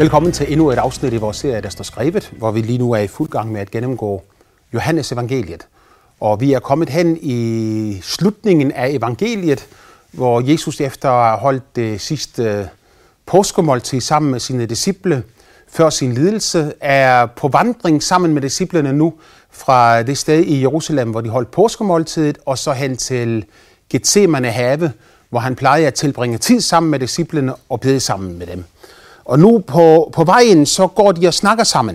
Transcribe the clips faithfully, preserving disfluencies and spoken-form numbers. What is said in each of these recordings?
Velkommen til endnu et afsnit i vores serie, der står skrevet, hvor vi lige nu er i fuld gang med at gennemgå Johannes evangeliet. Og vi er kommet hen i slutningen af evangeliet, hvor Jesus efter at have holdt det sidste påskemåltid sammen med sine disciple før sin lidelse, er på vandring sammen med disciplene nu fra det sted i Jerusalem, hvor de holdt påskemåltidet, og så hen til Getsemane have, hvor han plejede at tilbringe tid sammen med disciplene og bede sammen med dem. Og nu på, på vejen, så går de og snakker sammen.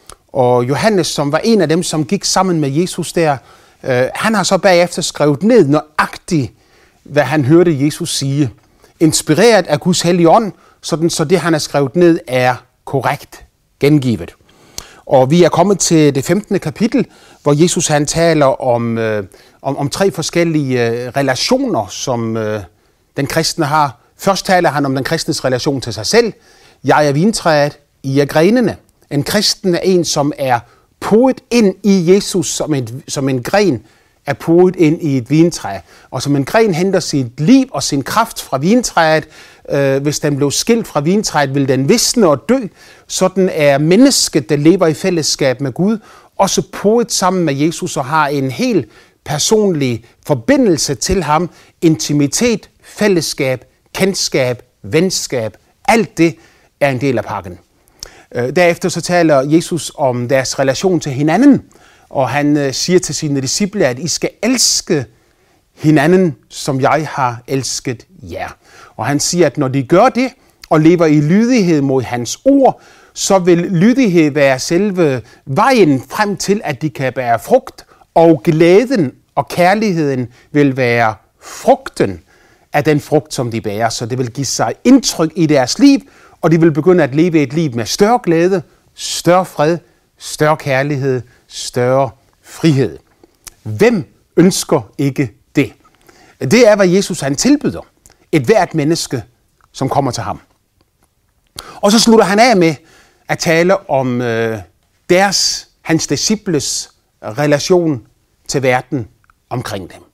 Og Johannes, som var en af dem, som gik sammen med Jesus der, øh, han har så bagefter skrevet ned nøjagtigt, hvad han hørte Jesus sige. Inspireret af Guds hellige ånd, sådan, så det, han har skrevet ned, er korrekt gengivet. Og vi er kommet til det femtende kapitel, hvor Jesus han taler om, øh, om, om tre forskellige øh, relationer, som øh, den kristne har. Først taler han om den kristnes relation til sig selv. Jeg er vintræet, I er grenene. En kristen er en, som er podet ind i Jesus, som en, som en gren er podet ind i et vintræ. Og som en gren henter sit liv og sin kraft fra vintræet. Øh, hvis den blev skilt fra vintræet, vil den visne og dø. Sådan er mennesket, der lever i fællesskab med Gud, også podet sammen med Jesus og har en helt personlig forbindelse til ham. Intimitet, fællesskab, kendskab, venskab, alt det er en del af pakken. Derefter så taler Jesus om deres relation til hinanden, og han siger til sine disciple, at I skal elske hinanden, som jeg har elsket jer. Og han siger, at når de gør det, og lever i lydighed mod hans ord, så vil lydighed være selve vejen frem til, at de kan bære frugt, og glæden og kærligheden vil være frugten af den frugt, som de bærer. Så det vil give sig indtryk i deres liv, og de vil begynde at leve et liv med større glæde, større fred, større kærlighed, større frihed. Hvem ønsker ikke det? Det er, hvad Jesus han tilbyder et hvert menneske, som kommer til ham. Og så slutter han af med at tale om øh, deres, hans disciples relation til verden omkring dem.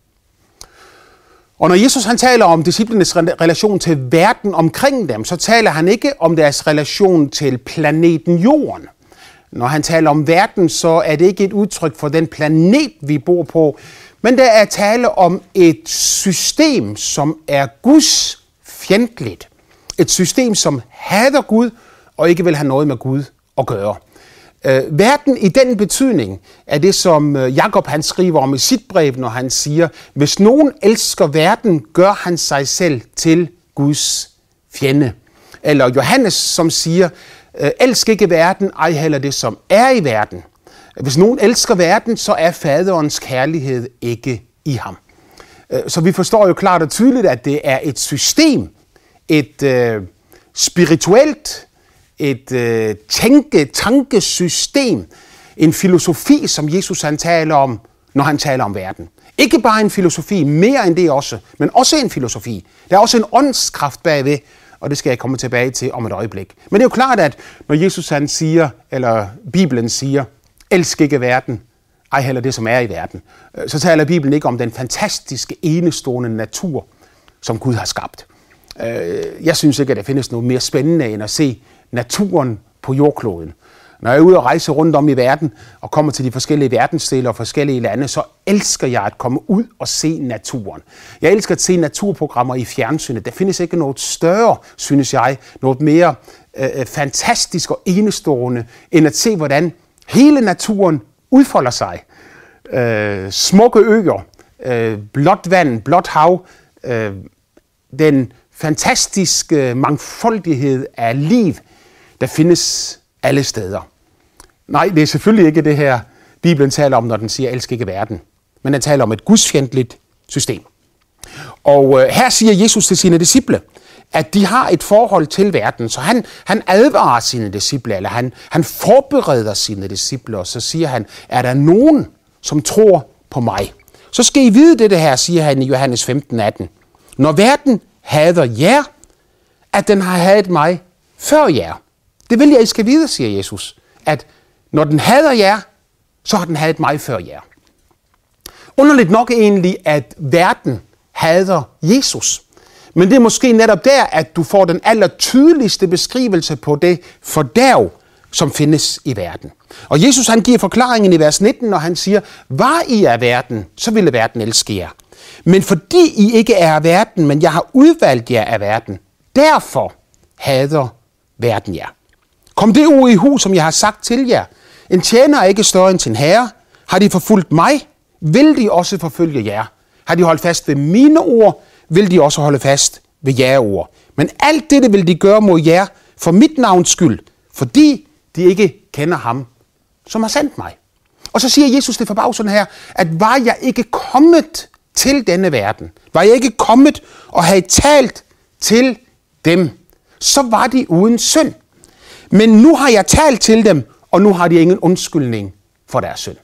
Og når Jesus han taler om disciplenes relation til verden omkring dem, så taler han ikke om deres relation til planeten Jorden. Når han taler om verden, så er det ikke et udtryk for den planet, vi bor på, men der er tale om et system, som er Guds fjendtligt. Et system, som hader Gud og ikke vil have noget med Gud at gøre. Øh, verden i den betydning er det, som Jakob han skriver om i sit brev, når han siger, hvis nogen elsker verden, gør han sig selv til Guds fjende. Eller Johannes, som siger, elsk ikke verden, ej heller det, som er i verden. Hvis nogen elsker verden, så er faderens kærlighed ikke i ham. Så vi forstår jo klart og tydeligt, at det er et system, et øh, spirituelt, et øh, tænke, tankesystem, en filosofi, som Jesus han taler om, når han taler om verden. Ikke bare en filosofi, mere end det også, men også en filosofi. Der er også en åndskraft bagved, og det skal jeg komme tilbage til om et øjeblik. Men det er jo klart, at når Jesus han siger, eller Bibelen siger, elsk ikke verden, ej heller det, som er i verden, så taler Bibelen ikke om den fantastiske, enestående natur, som Gud har skabt. Jeg synes ikke, at der findes noget mere spændende end at se naturen på jordkloden. Når jeg er ude og rejse rundt om i verden og kommer til de forskellige verdensdele og forskellige lande, så elsker jeg at komme ud og se naturen. Jeg elsker at se naturprogrammer i fjernsynet. Der findes ikke noget større, synes jeg, noget mere øh, fantastisk og enestående, end at se, hvordan hele naturen udfolder sig. Øh, smukke øer, øh, blåt vand, blåt hav, øh, den fantastiske mangfoldighed af liv, der findes alle steder. Nej, det er selvfølgelig ikke det her, Bibelen taler om, når den siger, elsk ikke verden. Men den taler om et gudsfjendtligt system. Og øh, her siger Jesus til sine disciple, at de har et forhold til verden. Så han, han advarer sine disciple, eller han, han forbereder sine disciple, og så siger han, er der nogen, som tror på mig? Så skal I vide det her, siger han i Johannes femten atten. Når verden hader jer, at den har hadet mig før jer. Det vil jeg, I skal vide, siger Jesus, at når den hader jer, så har den hadet mig før jer. Underligt nok egentlig, at verden hader Jesus. Men det er måske netop der, at du får den aller tydeligste beskrivelse på det fordærv, som findes i verden. Og Jesus han giver forklaringen i vers nitten, når han siger, var I er verden, så ville verden elske jer. Men fordi I ikke er af verden, men jeg har udvalgt jer af verden, derfor hader verden jer. Kom det ord i hus, som jeg har sagt til jer. En tjener er ikke større end sin herre. Har de forfulgt mig, vil de også forfølge jer. Har de holdt fast ved mine ord, vil de også holde fast ved jeres ord. Men alt dette vil de gøre mod jer for mit navns skyld, fordi de ikke kender ham, som har sendt mig. Og så siger Jesus det forbavsende her, at var jeg ikke kommet til denne verden, var jeg ikke kommet og havde talt til dem, så var de uden synd. Men nu har jeg talt til dem, og nu har de ingen undskyldning for deres synd.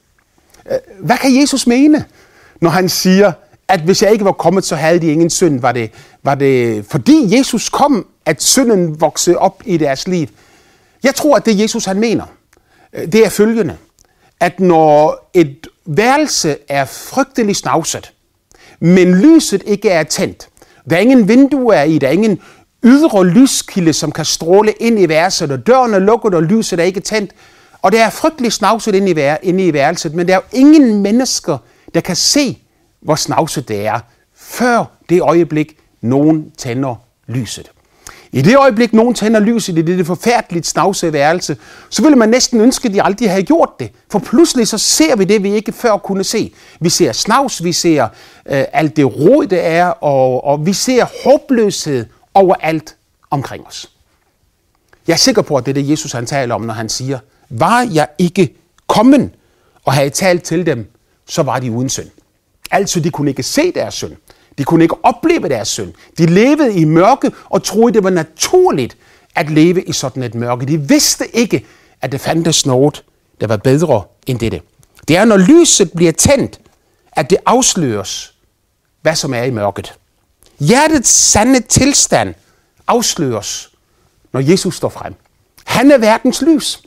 Hvad kan Jesus mene, når han siger, at hvis jeg ikke var kommet, så havde de ingen synd? Var det, var det fordi Jesus kom, at synden voksede op i deres liv? Jeg tror, at det Jesus han mener, det er følgende, at når et værelse er frygtelig snavset, men lyset ikke er tændt, der er ingen vinduer i, der er ingen ydre lyskilde, som kan stråle ind i værelset, og døren er lukket, og lyset er ikke tændt, og det er frygtelig snavset inde i, vær- inde i værelset, men der er jo ingen mennesker, der kan se, hvor snavset det er, før det øjeblik, nogen tænder lyset. I det øjeblik, nogen tænder lyset i det forfærdeligt snavsede værelse, så ville man næsten ønske, at de aldrig havde gjort det. For pludselig så ser vi det, vi ikke før kunne se. Vi ser snavs, vi ser øh, alt det rod, det er, og, og vi ser håbløshed overalt omkring os. Jeg er sikker på, at det er det, Jesus han taler om, når han siger, var jeg ikke kommet og havde talt til dem, så var de uden synd. Altså, de kunne ikke se deres synd. De kunne ikke opleve deres synd. De levede i mørke og troede, det var naturligt at leve i sådan et mørke. De vidste ikke, at det fandtes noget, der var bedre end dette. Det er, når lyset bliver tændt, at det afsløres, hvad som er i mørket. Hjertets sande tilstand afsløres, når Jesus står frem. Han er verdens lys.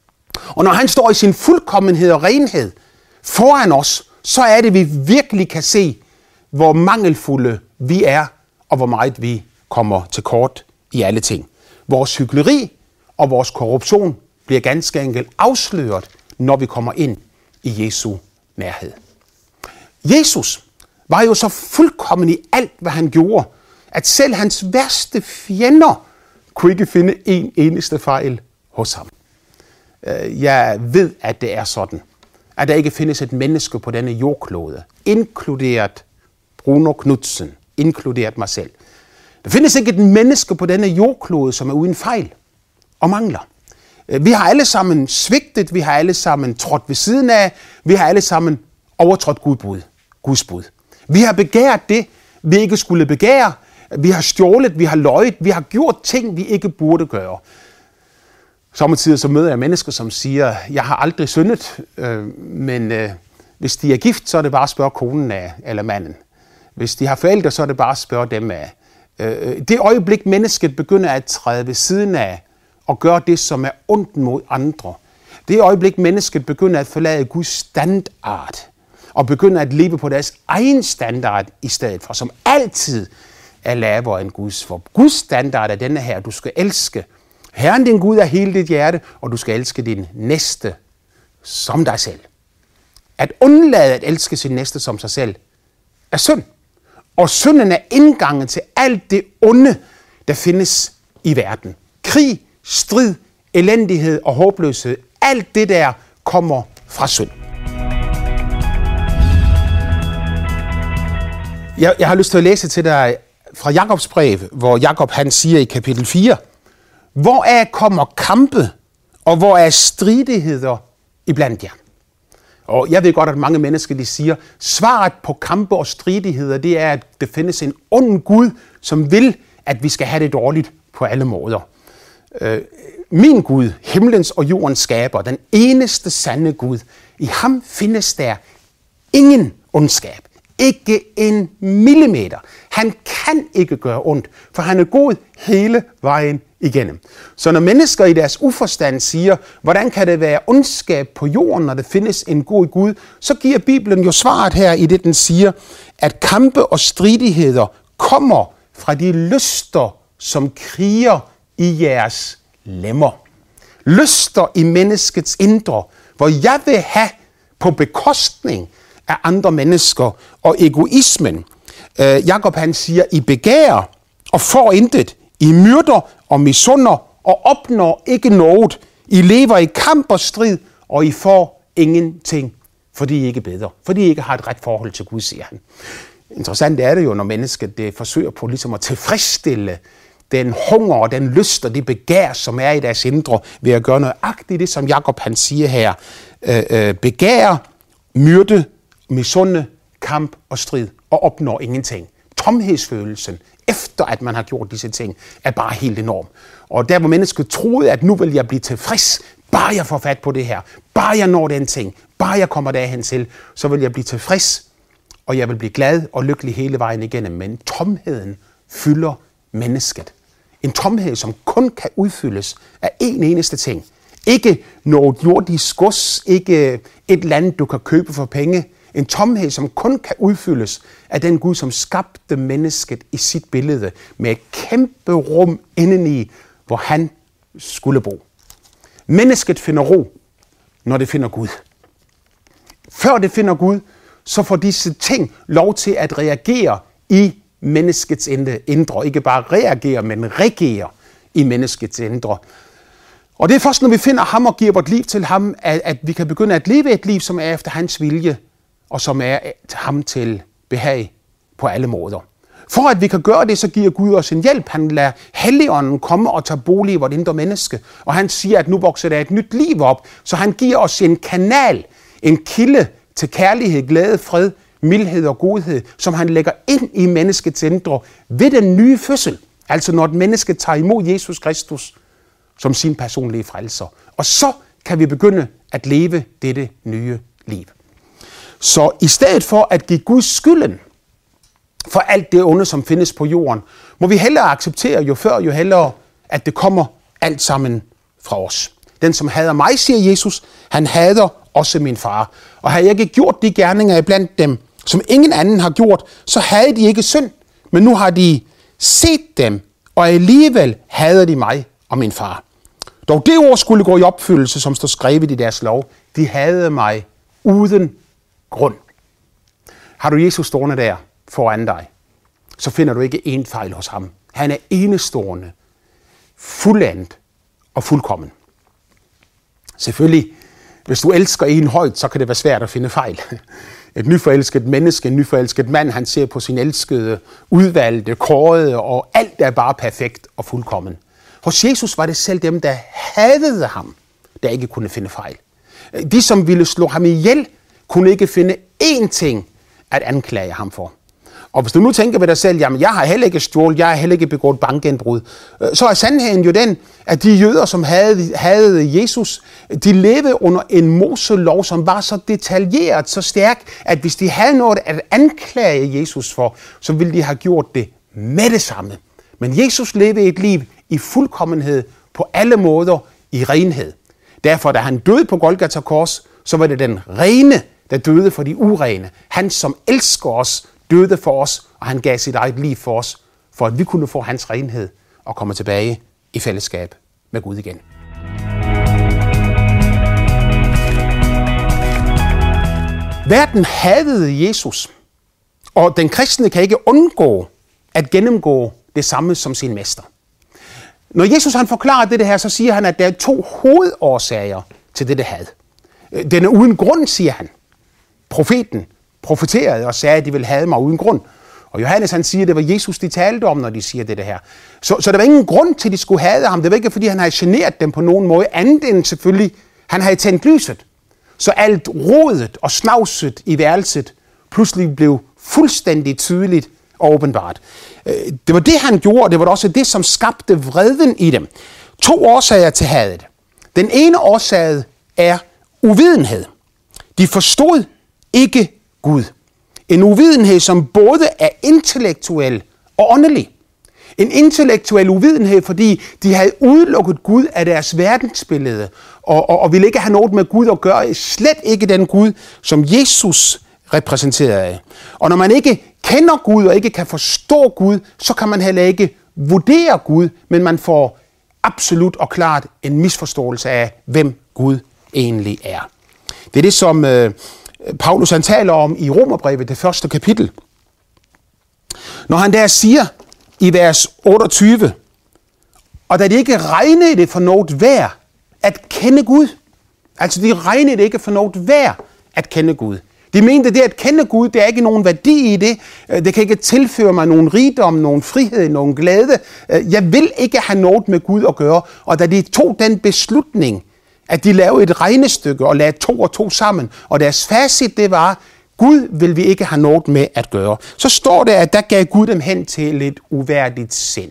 Og når han står i sin fuldkommenhed og renhed foran os, så er det, vi virkelig kan se, hvor mangelfulde vi er, og hvor meget vi kommer til kort i alle ting. Vores hykleri og vores korruption bliver ganske enkelt afsløret, når vi kommer ind i Jesu nærhed. Jesus var jo så fuldkommen i alt, hvad han gjorde, at selv hans værste fjender kunne ikke finde en eneste fejl hos ham. Jeg ved, at det er sådan, at der ikke findes et menneske på denne jordklode, inkluderet Bruno Knudsen, inkluderet mig selv. Der findes ikke et menneske på denne jordklode, som er uden fejl og mangler. Vi har alle sammen svigtet, vi har alle sammen trådt ved siden af, vi har alle sammen overtrådt Guds bud. Guds bud. Vi har begæret det, vi ikke skulle begære, vi har stjålet, vi har løjet, vi har gjort ting, vi ikke burde gøre. Sommetider så møder jeg mennesker, som siger, jeg har aldrig syndet, øh, men øh, hvis de er gift, så er det bare at spørge konen af, eller manden. Hvis de har forældre, så er det bare at spørge dem af. Øh, det øjeblik, mennesket begynder at træde ved siden af og gøre det, som er ondt mod andre. Det øjeblik, mennesket begynder at forlade Guds standard og begynder at leve på deres egen standard i stedet for, som altid er lavere end Guds. For Guds standard er denne her, du skal elske Herren din Gud af hele dit hjerte, og du skal elske din næste som dig selv. At undlade at elske sin næste som sig selv er synd. Og synden er indgangen til alt det onde, der findes i verden. Krig, strid, elendighed og håbløshed. Alt det der kommer fra synd. Jeg, jeg har lyst til at læse til dig fra Jakobs brev, hvor Jakob han siger i kapitel fire, hvor er kommer kampe, og hvor er stridigheder iblandt jer? Og jeg ved godt, at mange mennesker de siger, svaret på kampe og stridigheder, det er, at der findes en ond Gud, som vil, at vi skal have det dårligt på alle måder. Øh, min Gud, himlens og jordens skaber, den eneste sande Gud, i ham findes der ingen ondskab. Ikke en millimeter. Han kan ikke gøre ondt, for han er god hele vejen igennem. Så når mennesker i deres uforstand siger, hvordan kan det være ondskab på jorden, når der findes en god Gud, så giver Bibelen jo svaret her i det, den siger, at kampe og stridigheder kommer fra de lyster, som kriger i jeres lemmer. Lyster i menneskets indre, hvor jeg vil have på bekostning af andre mennesker og egoismen. Øh, Jakob han siger, I begærer og får intet. I myrder og misunder og opnår ikke noget. I lever i kamp og strid, og I får ingenting, fordi I ikke beder. Fordi I ikke har et ret forhold til Gud, siger han. Interessant er det jo, når mennesket det forsøger på ligesom at tilfredsstille den hunger og den lyst og det begær, som er i deres indre, ved at gøre nøjagtigt det, som Jakob han siger her. Øh, øh, begær, myrde, misunde, kamp og strid, og opnår ingenting. Tomhedsfølelsen, efter at man har gjort disse ting, er bare helt enorm. Og der hvor mennesket troede, at nu vil jeg blive tilfreds, bare jeg får fat på det her, bare jeg når den ting, bare jeg kommer derhen til, så vil jeg blive tilfreds, og jeg vil blive glad og lykkelig hele vejen igennem. Men tomheden fylder mennesket. En tomhed, som kun kan udfyldes af en eneste ting. Ikke noget jordisk gods, ikke et land, du kan købe for penge. En tomhed, som kun kan udfyldes af den Gud, som skabte mennesket i sit billede, med et kæmpe rum indeni, hvor han skulle bo. Mennesket finder ro, når det finder Gud. Før det finder Gud, så får disse ting lov til at reagere i menneskets indre. Ikke bare reagere, men regere i menneskets indre. Og det er først, når vi finder ham og giver vort liv til ham, at, at vi kan begynde at leve et liv, som er efter hans vilje, og som er ham til behag på alle måder. For at vi kan gøre det, så giver Gud os en hjælp. Han lader Helligånden komme og tage bolig i vort indre menneske. Og han siger, at nu vokser der et nyt liv op. Så han giver os en kanal, en kilde til kærlighed, glæde, fred, mildhed og godhed, som han lægger ind i menneskets indre ved den nye fødsel. Altså når et menneske tager imod Jesus Kristus som sin personlige frelser. Og så kan vi begynde at leve dette nye liv. Så i stedet for at give Gud skylden for alt det onde, som findes på jorden, må vi hellere acceptere jo før, jo hellere, at det kommer alt sammen fra os. Den, som hader mig, siger Jesus, han hader også min far. Og har jeg ikke gjort de gerninger iblandt dem, som ingen anden har gjort, så havde de ikke synd. Men nu har de set dem, og alligevel hader de mig og min far. Dog det ord skulle gå i opfyldelse, som står skrevet i deres lov. De hadede mig uden grund. Har du Jesus stående der foran dig, så finder du ikke en fejl hos ham. Han er enestående, fuldendt og fuldkommen. Selvfølgelig, hvis du elsker en højt, så kan det være svært at finde fejl. Et nyforelsket menneske, en nyforelsket mand, han ser på sin elskede, udvalgte, kårede, og alt er bare perfekt og fuldkommen. Hos Jesus var det selv dem, der hadede ham, der ikke kunne finde fejl. De, som ville slå ham ihjel, kunne ikke finde én ting at anklage ham for. Og hvis du nu tænker ved dig selv, jamen jeg har heller ikke stjålet, jeg har heller ikke begået bankindbrud, så er sandheden jo den, at de jøder, som havde, havde Jesus, de levede under en Moselov, som var så detaljeret, så stærk, at hvis de havde noget at anklage Jesus for, så ville de have gjort det med det samme. Men Jesus levede et liv i fuldkommenhed på alle måder i renhed. Derfor, da han døde på Golgata Kors, så var det den rene, der døde for de urene. Han, som elsker os, døde for os, og han gav sit eget liv for os, for at vi kunne få hans renhed og komme tilbage i fællesskab med Gud igen. Verden hadede Jesus, og den kristne kan ikke undgå at gennemgå det samme som sin mester. Når Jesus han forklarer dette her, så siger han, at der er to hovedårsager til dette had. Den er uden grund, siger han. Profeten profeterede og sagde, at de ville hade mig uden grund. Og Johannes han siger, at det var Jesus, de talte om, når de siger dette her. Så, så der var ingen grund til, at de skulle hade ham. Det var ikke, fordi han havde generet dem på nogen måde, andet end selvfølgelig, han havde tændt lyset. Så alt rodet og snavset i værelset pludselig blev fuldstændig tydeligt og åbenbart. Det var det, han gjorde, og det var også det, som skabte vreden i dem. To årsager til hadet. Den ene årsag er uvidenhed. De forstod ikke Gud. En uvidenhed, som både er intellektuel og åndelig. En intellektuel uvidenhed, fordi de havde udelukket Gud af deres verdensbillede, og, og, og ville ikke have noget med Gud at gøre. Slet ikke den Gud, som Jesus repræsenteret af. Og når man ikke kender Gud og ikke kan forstå Gud, så kan man heller ikke vurdere Gud, men man får absolut og klart en misforståelse af, hvem Gud egentlig er. Det er det, som øh, Paulus han taler om i Romerbrevet, det første kapitel. Når han der siger i vers otteogtyve, og da de ikke regnede det for noget værd at kende Gud, altså de regnede det ikke for noget værd at kende Gud. De mente, det at kende Gud, det er ikke nogen værdi i det. Det kan ikke tilføre mig nogen rigdom, nogen frihed, nogen glæde. Jeg vil ikke have noget med Gud at gøre. Og da de tog den beslutning, at de lavede et regnestykke og lagde to og to sammen, og deres facit det var, Gud vil vi ikke have noget med at gøre. Så står det, at der gav Gud dem hen til et uværdigt sind.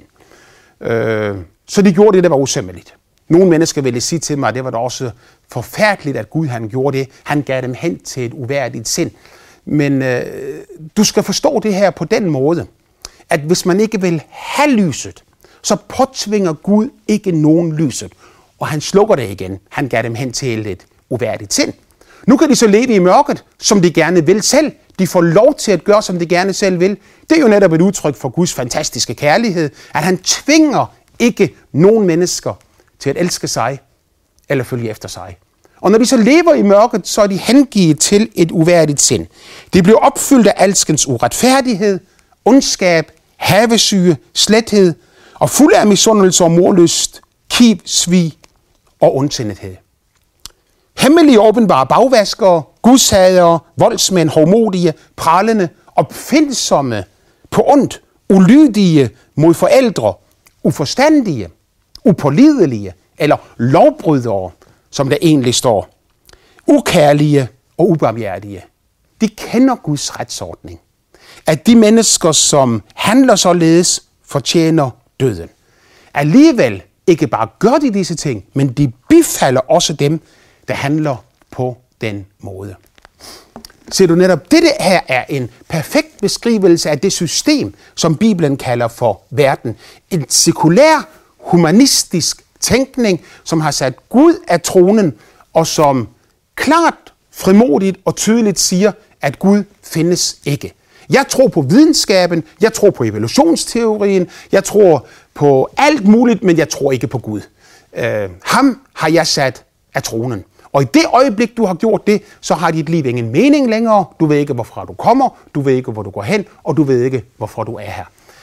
Øh, så de gjorde det, der var usømmeligt. Nogle mennesker ville sige til mig, at det var da også forfærdeligt, at Gud han gjorde det. Han gav dem hen til et uværdigt sind. Men øh, du skal forstå det her på den måde, at hvis man ikke vil have lyset, så påtvinger Gud ikke nogen lyset. Og han slukker det igen. Han gav dem hen til et uværdigt sind. Nu kan de så leve i mørket, som de gerne vil selv. De får lov til at gøre, som de gerne selv vil. Det er jo netop et udtryk for Guds fantastiske kærlighed, at han tvinger ikke nogen mennesker til at elske sig eller følge efter sig. Og når de så lever i mørket, så er de hengivet til et uværdigt sind. De bliver opfyldt af alskens uretfærdighed, ondskab, havesyge, slethed og fulde af misundelse og morlyst, kiv, svig og ondsindethed. Hemmelige åbenbare bagvaskere, gudshadere, voldsmænd, hovmodige, prallende, opfindsomme, på ondt, ulydige mod forældre, uforstandige, upålidelige eller lovbrydere, som der egentlig står, ukærlige og ubarmhjertige. De kender Guds retsordning. At de mennesker, som handler således, fortjener døden. Alligevel ikke bare gør de disse ting, men de bifalder også dem, der handler på den måde. Ser du netop, dette her er en perfekt beskrivelse af det system, som Bibelen kalder for verden. En sekulær, humanistisk tænkning, som har sat Gud af tronen, og som klart, frimodigt og tydeligt siger, at Gud findes ikke. Jeg tror på videnskaben, jeg tror på evolutionsteorien, jeg tror på alt muligt, men jeg tror ikke på Gud. Uh, ham har jeg sat af tronen. Og i det øjeblik, du har gjort det, så har dit liv ingen mening længere. Du ved ikke, hvorfra du kommer, du ved ikke, hvor du går hen, og du ved ikke, hvorfor du er her.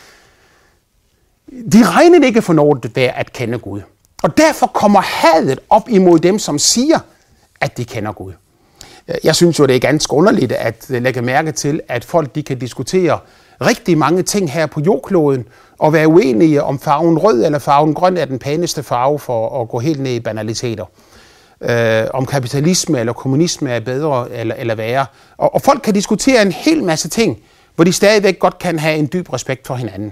De regner ikke for noget værd at kende Gud. Og derfor kommer hadet op imod dem, som siger, at de kender Gud. Jeg synes jo, det er ganske underligt at lægge mærke til, at folk de kan diskutere rigtig mange ting her på jordkloden, og være uenige om farven rød eller farven grøn er den pæneste farve for at gå helt ned i banaliteter. Øh, om kapitalisme eller kommunisme er bedre eller, eller værre. Og, og folk kan diskutere en hel masse ting, hvor de stadigvæk godt kan have en dyb respekt for hinanden.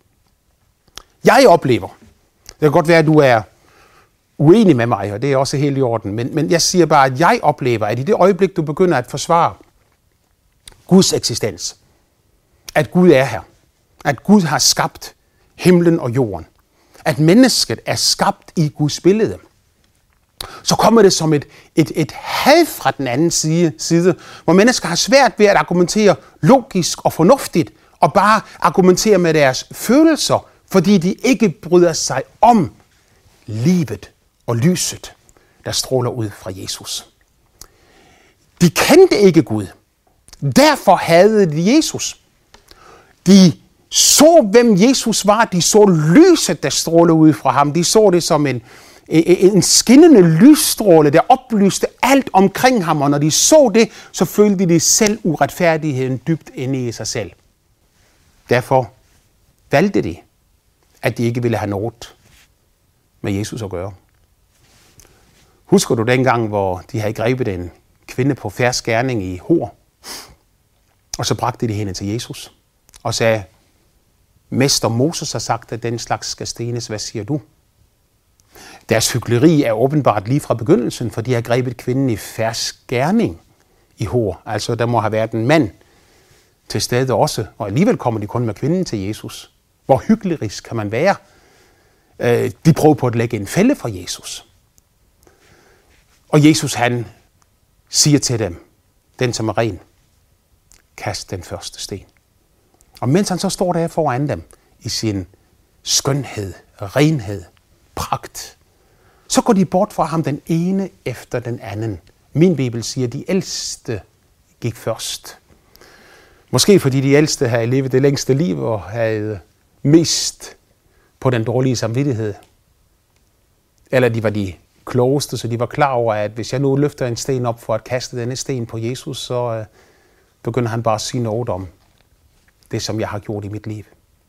Jeg oplever, det kan godt være, at du er uenig med mig, og det er også helt i orden, men, men jeg siger bare, at jeg oplever, at i det øjeblik, du begynder at forsvare Guds eksistens, at Gud er her, at Gud har skabt himlen og jorden, at mennesket er skabt i Guds billede, så kommer det som et, et, et had fra den anden side, side, hvor mennesker har svært ved at argumentere logisk og fornuftigt, og bare argumentere med deres følelser, fordi de ikke bryder sig om livet og lyset, der stråler ud fra Jesus. De kendte ikke Gud. Derfor hadede de Jesus. De så, hvem Jesus var. De så lyset, der strålede ud fra ham. De så det som en, en skinnende lysstråle, der oplyste alt omkring ham. Og når de så det, så følte de selv uretfærdigheden dybt inde i sig selv. Derfor valgte de, at de ikke ville have noget med Jesus at gøre. Husker du dengang, hvor de havde grebet en kvinde på fersk gerning i Hor, og så bragte de hende til Jesus og sagde, Mester Moses har sagt, at den slags skal stenes. Hvad siger du? Deres hykleri er åbenbart lige fra begyndelsen, for de har grebet kvinden i fersk gerning i Hor. Altså, der må have været en mand til stede også, og alligevel kommer de kun med kvinden til Jesus. Hvor hyklerisk kan man være? De prøver på at lægge en fælde for Jesus. Og Jesus han siger til dem, den som er ren, kast den første sten. Og mens han så står der foran dem i sin skønhed, renhed, pragt, så går de bort fra ham den ene efter den anden. Min bibel siger, at de ældste gik først. Måske fordi de ældste havde levet det længste liv og havde mest på den dårlige samvittighed. Eller de var de klogeste, så de var klar over, at hvis jeg nu løfter en sten op for at kaste denne sten på Jesus, så øh, begynder han bare at sige noget om det, som jeg har gjort i mit liv.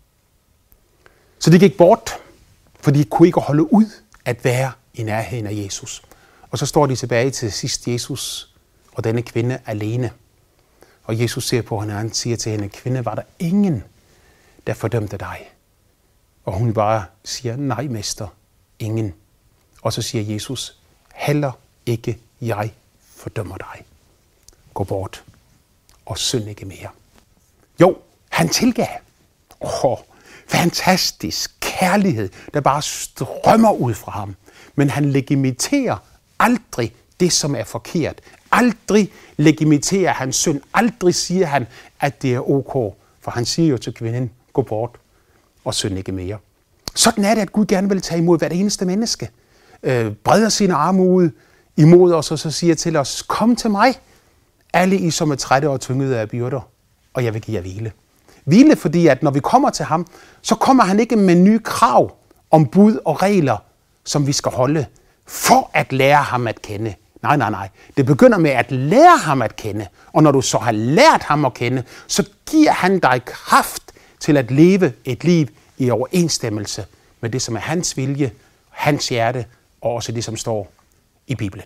Så de gik bort, for de kunne ikke holde ud at være i nærheden af Jesus. Og så står de tilbage til sidst Jesus og denne kvinde alene. Og Jesus ser på hende, og han siger til hende, kvinde, var der ingen, der fordømte dig? Og hun bare siger, nej, mester, ingen. Og så siger Jesus, heller ikke jeg fordømmer dig. Gå bort og synd ikke mere. Jo, han tilgav. Åh, fantastisk kærlighed, der bare strømmer ud fra ham. Men han legitimerer aldrig det, som er forkert. Aldrig legitimerer han synd. Aldrig siger han, at det er ok. For han siger jo til kvinden, gå bort og synd ikke mere. Sådan er det, at Gud gerne vil tage imod hvert eneste menneske. Øh, breder sine arme ud imod os, og så siger til os, kom til mig, alle I, som er trætte og tyngede af byrder, og jeg vil give jer hvile. Hvile, fordi at når vi kommer til ham, så kommer han ikke med nye krav om bud og regler, som vi skal holde, for at lære ham at kende. Nej, nej, nej. Det begynder med at lære ham at kende, og når du så har lært ham at kende, så giver han dig kraft til at leve et liv i overensstemmelse med det, som er hans vilje, hans hjerte, og også det, som står i Bibelen.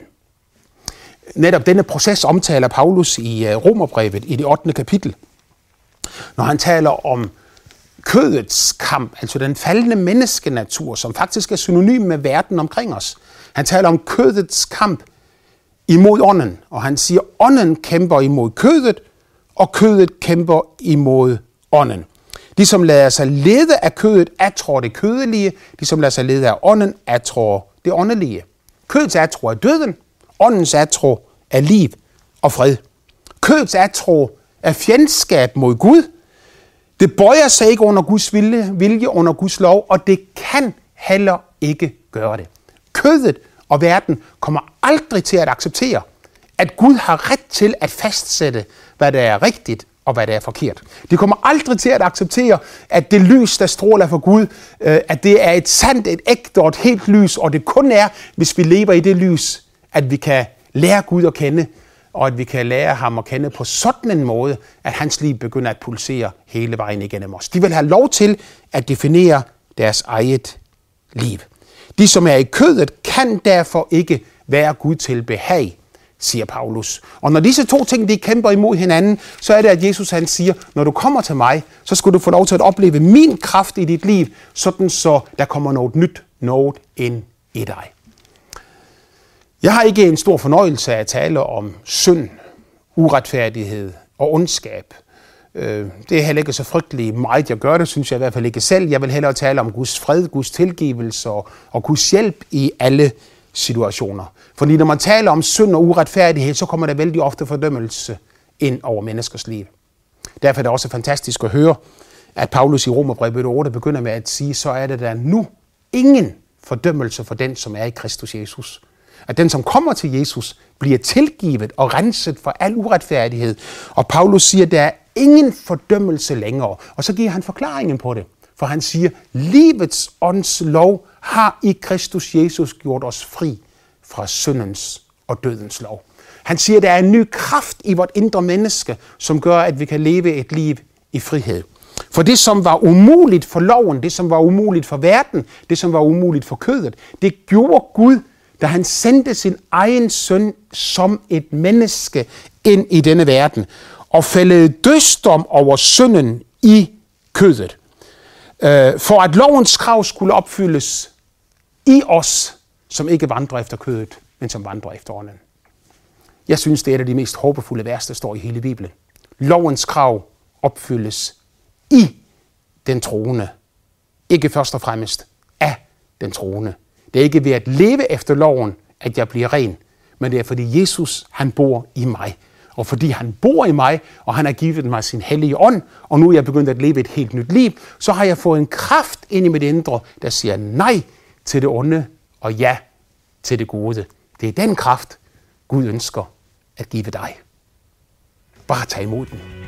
Netop denne proces omtaler Paulus i Romerbrevet i det ottende kapitel, når han taler om kødets kamp, altså den faldende menneskenatur, som faktisk er synonym med verden omkring os. Han taler om kødets kamp imod ånden, og han siger, at ånden kæmper imod kødet, og kødet kæmper imod ånden. De, som lader sig lede af kødet, atrår det kødelige. De, som lader sig lede af ånden, atrår det åndelige. Kødets atro er døden. Åndens atro er liv og fred. Kødets atro er fjendskab mod Gud. Det bøjer sig ikke under Guds vilje, vilje under Guds lov, og det kan heller ikke gøre det. Kødet og verden kommer aldrig til at acceptere, at Gud har ret til at fastsætte, hvad der er rigtigt og hvad der er forkert. De kommer aldrig til at acceptere, at det lys, der stråler fra Gud, at det er et sandt, et ægte og et helt lys, og det kun er, hvis vi lever i det lys, at vi kan lære Gud at kende, og at vi kan lære ham at kende på sådan en måde, at hans liv begynder at pulsere hele vejen igennem os. De vil have lov til at definere deres eget liv. De, som er i kødet, kan derfor ikke være Gud til behag, siger Paulus. Og når disse to ting, de kæmper imod hinanden, så er det, at Jesus han siger, når du kommer til mig, så skal du få lov til at opleve min kraft i dit liv, sådan så der kommer noget nyt, noget ind i dig. Jeg har ikke en stor fornøjelse af at tale om synd, uretfærdighed og ondskab. Det er heller ikke så frygteligt meget, jeg gør det, synes jeg i hvert fald ikke selv. Jeg vil hellere tale om Guds fred, Guds tilgivelse og, og Guds hjælp i alle situationer. Fordi når man taler om synd og uretfærdighed, så kommer der vældig ofte fordømmelse ind over menneskers liv. Derfor er det også fantastisk at høre, at Paulus i Romerbrevet otte begynder med at sige, så er det der nu ingen fordømmelse for den, som er i Kristus Jesus. At den, som kommer til Jesus, bliver tilgivet og renset for al uretfærdighed. Og Paulus siger, at der er ingen fordømmelse længere. Og så giver han forklaringen på det. For han siger, livets ånds lov har i Kristus Jesus gjort os fri fra syndens og dødens lov. Han siger, at der er en ny kraft i vort indre menneske, som gør, at vi kan leve et liv i frihed. For det, som var umuligt for loven, det, som var umuligt for verden, det, som var umuligt for kødet, det gjorde Gud, da han sendte sin egen søn som et menneske ind i denne verden og fældede dødsdom over synden i kødet. For at lovens krav skulle opfyldes i os, som ikke vandrer efter kødet, men som vandrer efter ånden. Jeg synes, det er et af de mest håbefulde vers, der står i hele Bibelen. Lovens krav opfyldes i den troende. Ikke først og fremmest af den troende. Det er ikke ved at leve efter loven, at jeg bliver ren, men det er fordi Jesus, han bor i mig. Og fordi han bor i mig, og han har givet mig sin hellige ånd, og nu er jeg begyndt at leve et helt nyt liv, så har jeg fået en kraft ind i mit indre, der siger nej til det onde, og ja til det gode. Det er den kraft, Gud ønsker at give dig. Bare tag imod den.